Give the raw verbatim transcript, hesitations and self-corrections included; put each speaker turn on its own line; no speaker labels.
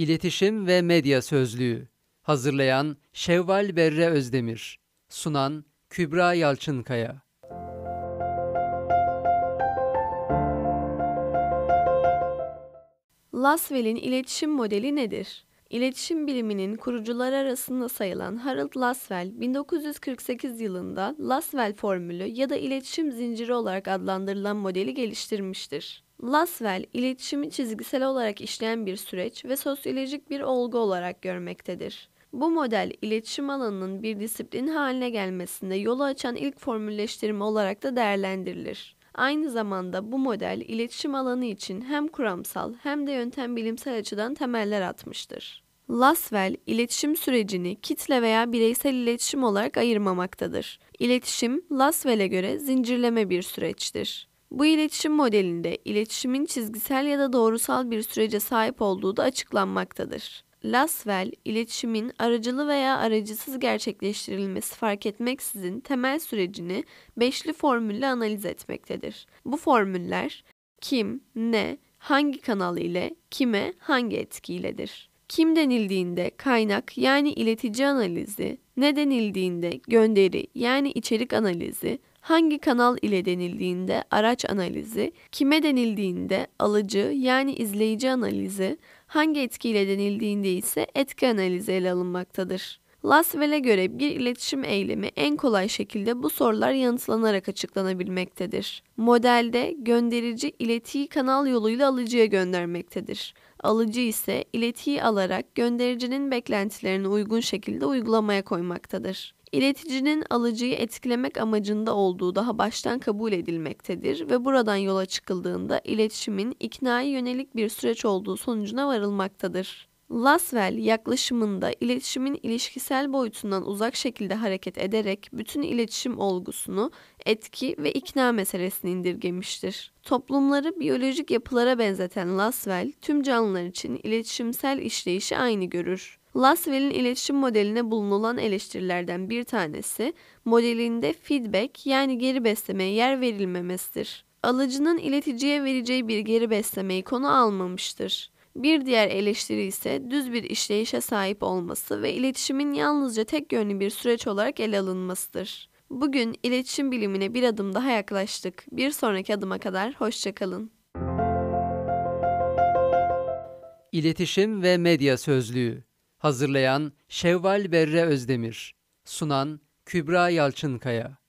İletişim ve Medya Sözlüğü. Hazırlayan Şevval Berre Özdemir. Sunan Kübra Yalçınkaya.
Lasswell'in iletişim modeli nedir? İletişim biliminin kurucuları arasında sayılan Harold Lasswell, bin dokuz yüz kırk sekiz yılında Lasswell formülü ya da iletişim zinciri olarak adlandırılan modeli geliştirmiştir. Lasswell, iletişimi çizgisel olarak işleyen bir süreç ve sosyolojik bir olgu olarak görmektedir. Bu model, iletişim alanının bir disiplin haline gelmesinde yolu açan ilk formülleştirme olarak da değerlendirilir. Aynı zamanda bu model, iletişim alanı için hem kuramsal hem de yöntem bilimsel açıdan temeller atmıştır. Lasswell, iletişim sürecini kitle veya bireysel iletişim olarak ayırmamaktadır. İletişim, Lasswell'e göre zincirleme bir süreçtir. Bu iletişim modelinde iletişimin çizgisel ya da doğrusal bir sürece sahip olduğu da açıklanmaktadır. Lasswell, iletişimin aracılı veya aracısız gerçekleştirilmesi fark etmeksizin temel sürecini beşli formülle analiz etmektedir. Bu formüller kim, ne, hangi kanal ile, kime, hangi etkiyledir. Kim denildiğinde kaynak yani iletici analizi, ne denildiğinde gönderi yani içerik analizi, hangi kanal ile denildiğinde araç analizi, kime denildiğinde alıcı yani izleyici analizi, hangi etkiyle denildiğinde ise etki analizi ele alınmaktadır. Lasswell'e göre bir iletişim eylemi en kolay şekilde bu sorular yanıtlanarak açıklanabilmektedir. Modelde gönderici iletiyi kanal yoluyla alıcıya göndermektedir. Alıcı ise iletiyi alarak göndericinin beklentilerine uygun şekilde uygulamaya koymaktadır. İleticinin alıcıyı etkilemek amacında olduğu daha baştan kabul edilmektedir ve buradan yola çıkıldığında iletişimin iknaya yönelik bir süreç olduğu sonucuna varılmaktadır. Lasswell yaklaşımında iletişimin ilişkisel boyutundan uzak şekilde hareket ederek bütün iletişim olgusunu etki ve ikna meselesine indirgemiştir. Toplumları biyolojik yapılara benzeten Lasswell, tüm canlılar için iletişimsel işleyişi aynı görür. Lasswell'in iletişim modeline bulunulan eleştirilerden bir tanesi, modelinde feedback yani geri beslemeye yer verilmemesidir. Alıcının ileticiye vereceği bir geri beslemeyi konu almamıştır. Bir diğer eleştiri ise düz bir işleyişe sahip olması ve iletişimin yalnızca tek yönlü bir süreç olarak ele alınmasıdır. Bugün iletişim bilimine bir adım daha yaklaştık. Bir sonraki adıma kadar hoşça kalın.
İletişim ve Medya Sözlüğü. Hazırlayan Şevval Berre Özdemir. Sunan Kübra Yalçınkaya.